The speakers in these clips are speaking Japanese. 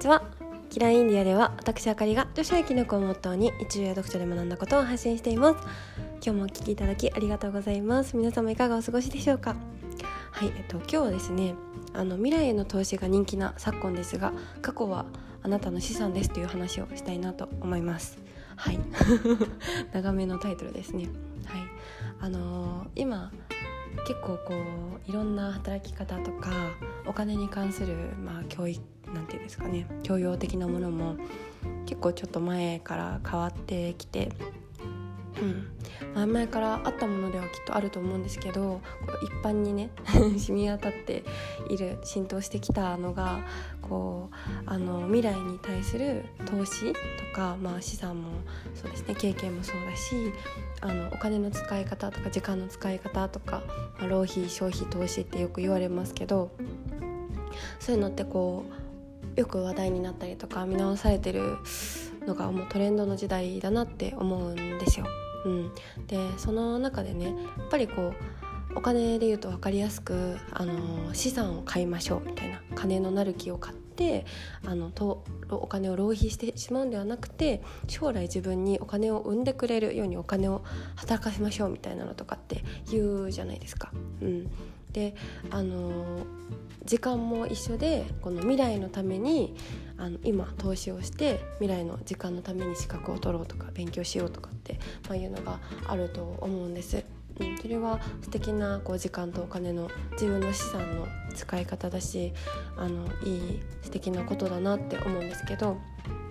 ちは。キラインディアでは私あかりが女子やきのこをモットーに一流や読書で学んだことを発信しています。今日もお聞きいただきありがとうございます。皆様いかがお過ごしでしょうか。はい、今日はですね、未来への投資が人気な昨今ですが、過去はあなたの資産ですという話をしたいなと思います。はい長めのタイトルですね。はい、今結構いろんな働き方とかお金に関する、教育なんていうんですかね、教養的なものも結構ちょっと前から変わってきて、前からあったものではきっとあると思うんですけど、一般にね染み渡っている、浸透してきたのが未来に対する投資とか、資産もそうですね、経験もそうだし、お金の使い方とか時間の使い方とか、浪費消費投資ってよく言われますけど、そういうのってよく話題になったりとか見直されてるのがもうトレンドの時代だなって思うんですよ。でその中でね、やっぱりお金で言うと分かりやすく資産を買いましょうみたいな、金のなる木を買ってお金を浪費してしまうんではなくて、将来自分にお金を生んでくれるようにお金を働かせましょうみたいなのとかって言うじゃないですか。で時間も一緒で、この未来のために今投資をして未来の時間のために資格を取ろうとか勉強しようとかって、いうのがあると思うんです。それは素敵な時間とお金の自分の資産の使い方だし、いい素敵なことだなって思うんですけど、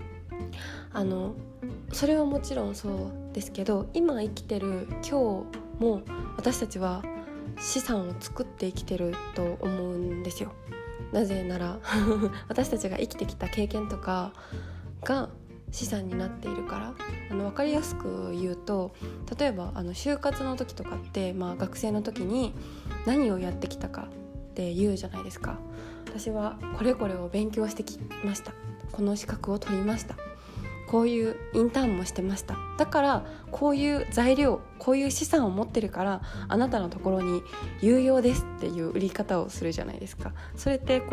それはもちろんそうですけど、今生きてる今日も私たちは資産を作って生きてると思うんですよ。なぜなら私たちが生きてきた経験とかが資産になっているから。分かりやすく言うと、例えば就活の時とかって、学生の時に何をやってきたかって言うじゃないですか。私はこれこれを勉強してきました、この資格を取りました、こういうインターンもしてました、だからこういう材料、こういう資産を持ってるからあなたのところに有用ですっていう売り方をするじゃないですか。それって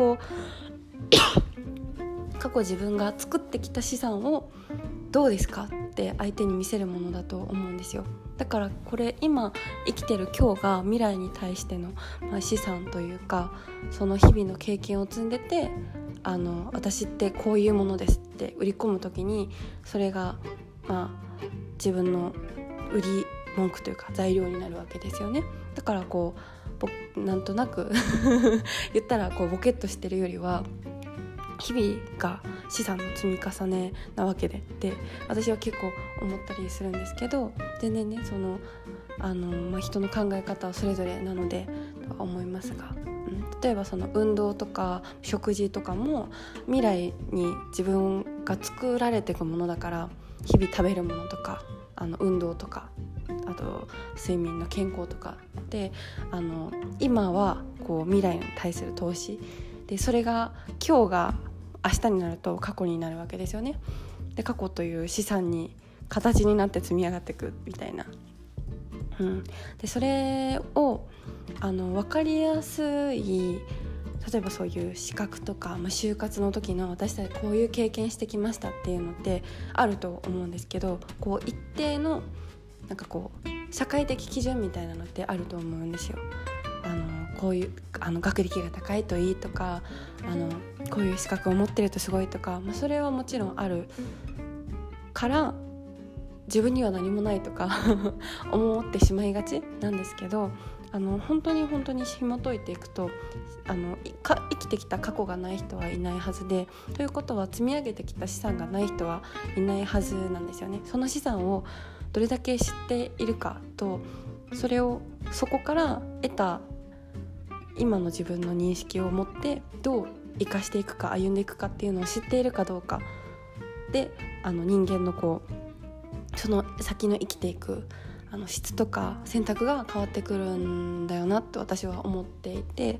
過去自分が作ってきた資産をどうですかって相手に見せるものだと思うんですよ。だからこれ今生きてる今日が未来に対しての、資産というか、その日々の経験を積んでて、私ってこういうものですって売り込むときに、それが自分の売り文句というか材料になるわけですよね。だからなんとなく言ったらボケっとしてるよりは日々が資産の積み重ねなわけでって私は結構思ったりするんですけど、全然ね人の考え方はそれぞれなのでとは思いますが、例えば運動とか食事とかも未来に自分が作られていくものだから、日々食べるものとか運動とか、あと睡眠の健康とかで今は未来に対する投資で、それが今日が明日になると過去になるわけですよね。で過去という資産に形になって積み上がっていくみたいな、でそれを分かりやすい、例えばそういう資格とか、就活の時の私たちこういう経験してきましたっていうのってあると思うんですけど、一定の社会的基準みたいなのってあると思うんですよ。こういう学歴が高いといいとか、こういう資格を持ってるとすごいとか、それはもちろんあるから自分には何もないとか思ってしまいがちなんですけど、本当に紐解いていくと生きてきた過去がない人はいないはずで、ということは積み上げてきた資産がない人はいないはずなんですよね。その資産をどれだけ知っているかと、そこから得た今の自分の認識を持ってどう生かしていくか歩んでいくかっていうのを知っているかどうかで、人間のその先の生きていく質とか選択が変わってくるんだよなって私は思っていて、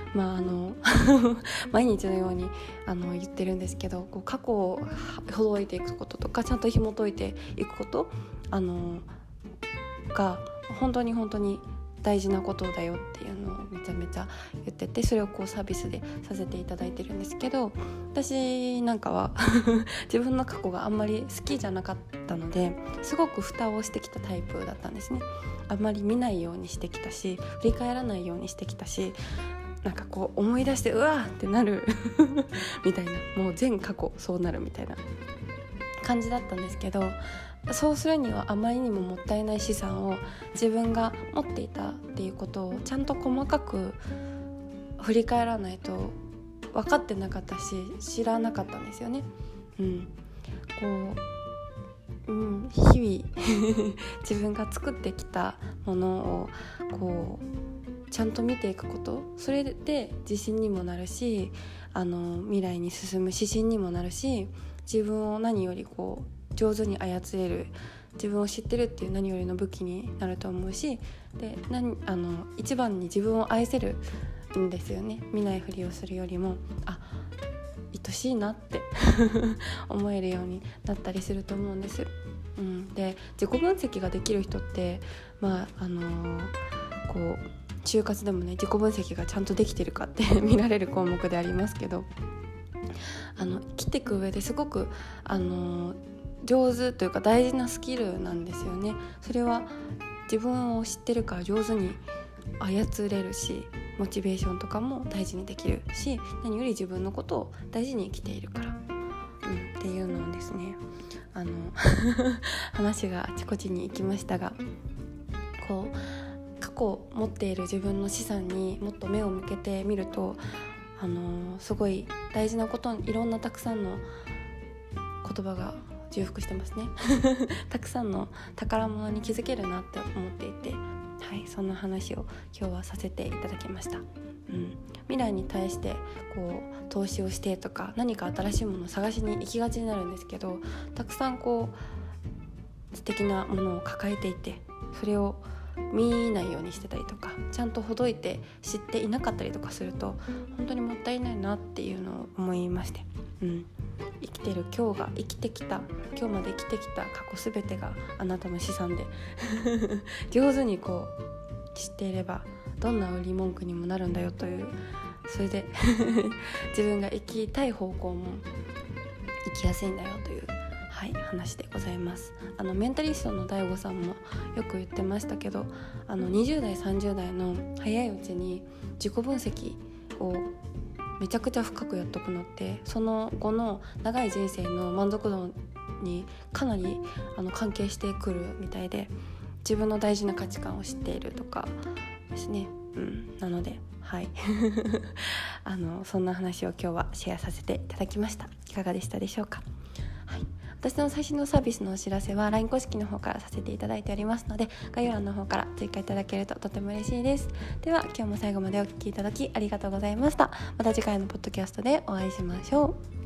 毎日のように言ってるんですけど、過去をほどいていくこととかちゃんと紐解いていくことが本当に大事なことだよっていうのをめちゃめちゃ言ってて、それをこうサービスでさせていただいてるんですけど、私なんかは自分の過去があんまり好きじゃなかったので、すごく蓋をしてきたタイプだったんですね。あんまり見ないようにしてきたし、振り返らないようにしてきたし、なんかこう思い出してうわーってなるみたいな、もう全過去そうなるみたいな感じだったんですけど、そうするにはあまりにももったいない資産を自分が持っていたっていうことをちゃんと細かく振り返らないと分かってなかったし、知らなかったんですよね。日々自分が作ってきたものをこうちゃんと見ていくこと、それで自信にもなるし、未来に進む指針にもなるし、自分を何よりこう上手に操れる、自分を知ってるっていう何よりの武器になると思うし、で一番に自分を愛せるんですよね。見ないふりをするよりも愛しいなって思えるようになったりすると思うんです。で自己分析ができる人ってこう就活でもね、自己分析がちゃんとできてるかって見られる項目でありますけど、生きていく上ですごく上手というか大事なスキルなんですよね。それは自分を知ってるから上手に操れるし、モチベーションとかも大事にできるし、何より自分のことを大事に生きているから、っていうのをですね、話があちこちに行きましたが、こう過去持っている自分の資産にもっと目を向けてみると、すごい大事なこと、いろんなたくさんの言葉が重複してますねたくさんの宝物に気づけるなって思っていて、そんな話を今日はさせていただきました。未来に対してこう投資をしてとか、何か新しいものを探しに行きがちになるんですけど、たくさんこう素敵なものを抱えていて、それを見ないようにしてたりとか、ちゃんとほどいて知っていなかったりとかすると本当にもったいないなっていうのを思いまして、生きてる今日まで生きてきた過去すべてがあなたの資産で上手にこう知っていればどんな売り文句にもなるんだよという、それで自分が生きたい方向も生きやすいんだよという話でございます。メンタリストの DAIGO さんもよく言ってましたけど、20代30代の早いうちに自己分析をめちゃくちゃ深くやっとくのって、その後の長い人生の満足度にかなり関係してくるみたいで、自分の大事な価値観を知っているとかですね。なのでそんな話を今日はシェアさせていただきました。いかがでしたでしょうか。私の最新のサービスのお知らせは LINE 公式の方からさせていただいておりますので、概要欄の方から追加いただけるととても嬉しいです。では今日も最後までお聞きいただきありがとうございました。また次回のポッドキャストでお会いしましょう。